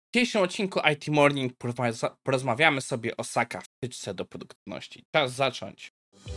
W dzisiejszym odcinku IT Morning porozmawiamy sobie o Saka, wtyczce do produktywności. Czas zacząć.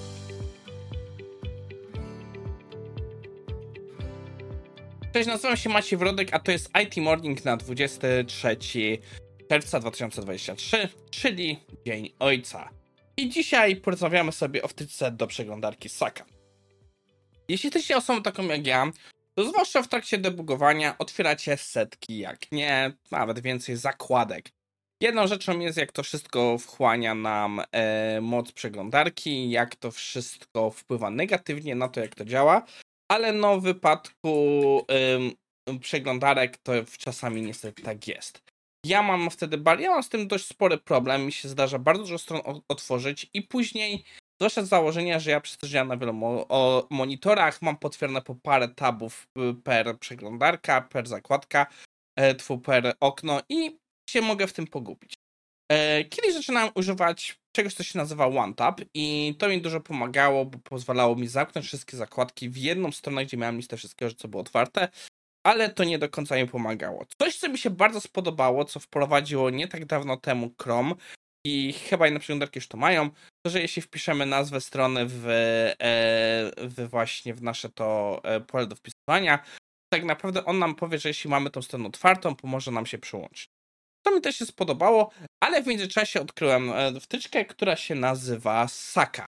Cześć, nazywam się Maciej Wrodek, a to jest IT Morning na 23 czerwca 2023, czyli Dzień Ojca. I dzisiaj porozmawiamy sobie o wtyczce do przeglądarki Saka. Jeśli jesteście osobą taką jak ja, to zwłaszcza w trakcie debugowania otwieracie setki, jak nie, nawet więcej zakładek. Jedną rzeczą jest, jak to wszystko wchłania nam moc przeglądarki, jak to wszystko wpływa negatywnie na to, jak to działa, ale no w wypadku przeglądarek to czasami niestety tak jest. Ja mam z tym dość spory problem, mi się zdarza bardzo dużo stron otworzyć i później doszedł z założenia, że ja przez to, że ja na wielu monitorach mam potwierdzone po parę tabów per przeglądarka, per zakładka, per okno i się mogę w tym pogubić. Kiedyś zaczynałem używać czegoś, co się nazywa OneTab i to mi dużo pomagało, bo pozwalało mi zamknąć wszystkie zakładki w jedną stronę, gdzie miałem listę wszystkiego, co było otwarte, ale to nie do końca mi pomagało. Coś, co mi się bardzo spodobało, co wprowadziło nie tak dawno temu Chrome i chyba inne przeglądarki już to mają, to, że jeśli wpiszemy nazwę strony właśnie w nasze to pole do wpisywania, tak naprawdę on nam powie, że jeśli mamy tą stronę otwartą, pomoże nam się przyłączyć. To mi też się spodobało, ale w międzyczasie odkryłem wtyczkę, która się nazywa Saka.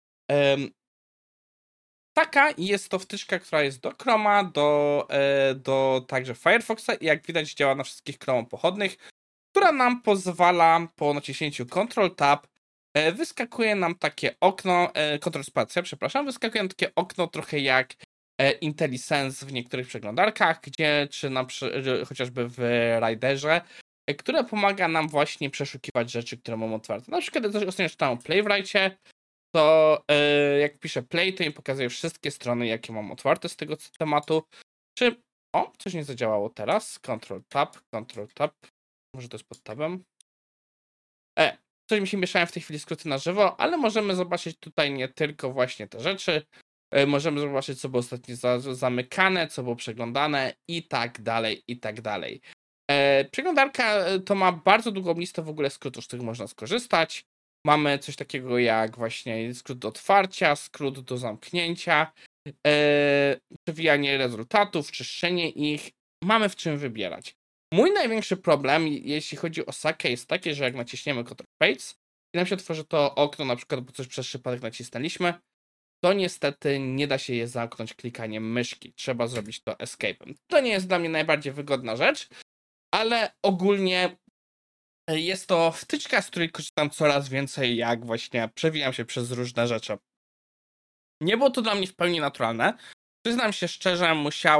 Saka jest to wtyczka, która jest do Chroma, do także Firefoxa i jak widać działa na wszystkich Chrome pochodnych, która nam pozwala po naciśnięciu Ctrl-Tab wyskakuje nam takie okno, Ctrl-Spacja, przepraszam, wyskakuje nam takie okno trochę jak IntelliSense w niektórych przeglądarkach, gdzie czy chociażby w Riderze, które pomaga nam właśnie przeszukiwać rzeczy, które mamy otwarte. Na przykład ostatnio czytałem o Playwrightie, to jak piszę play, to mi pokazuje wszystkie strony, jakie mam otwarte z tego tematu. Coś nie zadziałało teraz. Ctrl-Tab. Może to jest pod tabem. Coś mi się mieszają w tej chwili skróty na żywo, ale możemy zobaczyć tutaj nie tylko właśnie te rzeczy. Możemy zobaczyć, co było ostatnio zamykane, co było przeglądane i tak dalej, i tak dalej. Przeglądarka to ma bardzo długą listę w ogóle skrótów, z których można skorzystać. Mamy coś takiego jak właśnie skrót do otwarcia, skrót do zamknięcia, przewijanie rezultatów, czyszczenie ich. Mamy w czym wybierać. Mój największy problem, jeśli chodzi o Sakę, jest taki, że jak naciśniemy Ctrl-Space i nam się otworzy to okno, na przykład, bo coś przez przypadek nacisnęliśmy, to niestety nie da się je zamknąć klikaniem myszki. Trzeba zrobić to escape'em. To nie jest dla mnie najbardziej wygodna rzecz, ale ogólnie jest to wtyczka, z której korzystam coraz więcej, jak właśnie przewijam się przez różne rzeczy. Nie było to dla mnie w pełni naturalne. Przyznam się szczerze,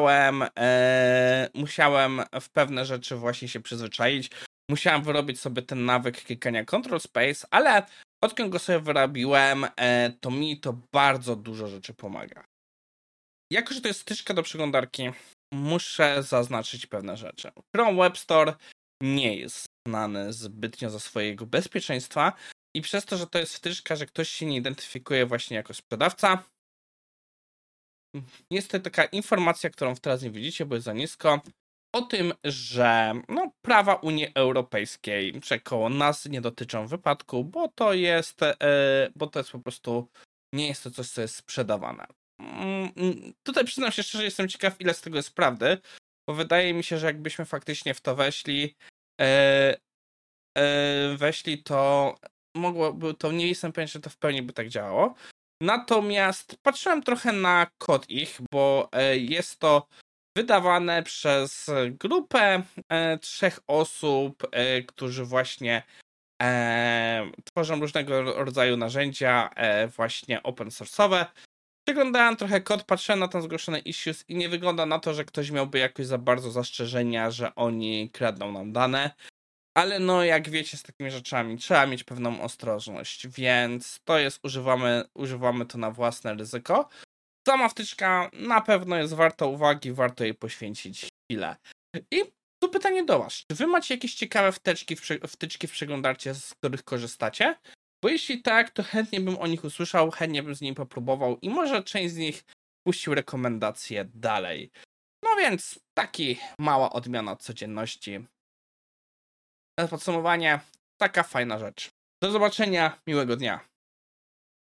musiałem w pewne rzeczy właśnie się przyzwyczaić. Musiałem wyrobić sobie ten nawyk klikania Ctrl Space, ale odkąd go sobie wyrobiłem, to mi to bardzo dużo rzeczy pomaga. Jako że to jest wtyczka do przeglądarki, muszę zaznaczyć pewne rzeczy. Chrome Web Store nie jest znany zbytnio za swojego bezpieczeństwa i przez to, że to jest wtyczka, że ktoś się nie identyfikuje właśnie jako sprzedawca, jest to taka informacja, którą teraz nie widzicie, bo jest za nisko, o tym, że prawa Unii Europejskiej koło nas nie dotyczą wypadku, bo to jest po prostu nie jest to coś, co jest sprzedawane. Tutaj przyznam się szczerze, jestem ciekaw, ile z tego jest prawdy, bo wydaje mi się, że jakbyśmy faktycznie w to weszli, to mogłoby to, nie jestem pewien, że to w pełni by tak działało. Natomiast patrzyłem trochę na kod ich, bo jest to wydawane przez grupę 3 osób, którzy właśnie tworzą różnego rodzaju narzędzia właśnie open source'owe. Przeglądałem trochę kod, patrzyłem na tam zgłoszone issues i nie wygląda na to, że ktoś miałby jakoś za bardzo zastrzeżenia, że oni kradną nam dane. Ale jak wiecie, z takimi rzeczami trzeba mieć pewną ostrożność, więc to jest, używamy to na własne ryzyko. Sama wtyczka na pewno jest warta uwagi, warto jej poświęcić chwilę. I tu pytanie do was, czy wy macie jakieś ciekawe wtyczki w przeglądarce, z których korzystacie? Bo jeśli tak, to chętnie bym o nich usłyszał, chętnie bym z nimi popróbował i może część z nich puścił rekomendacje dalej. No więc, taki mała odmiana od codzienności. Na podsumowanie, taka fajna rzecz. Do zobaczenia, miłego dnia.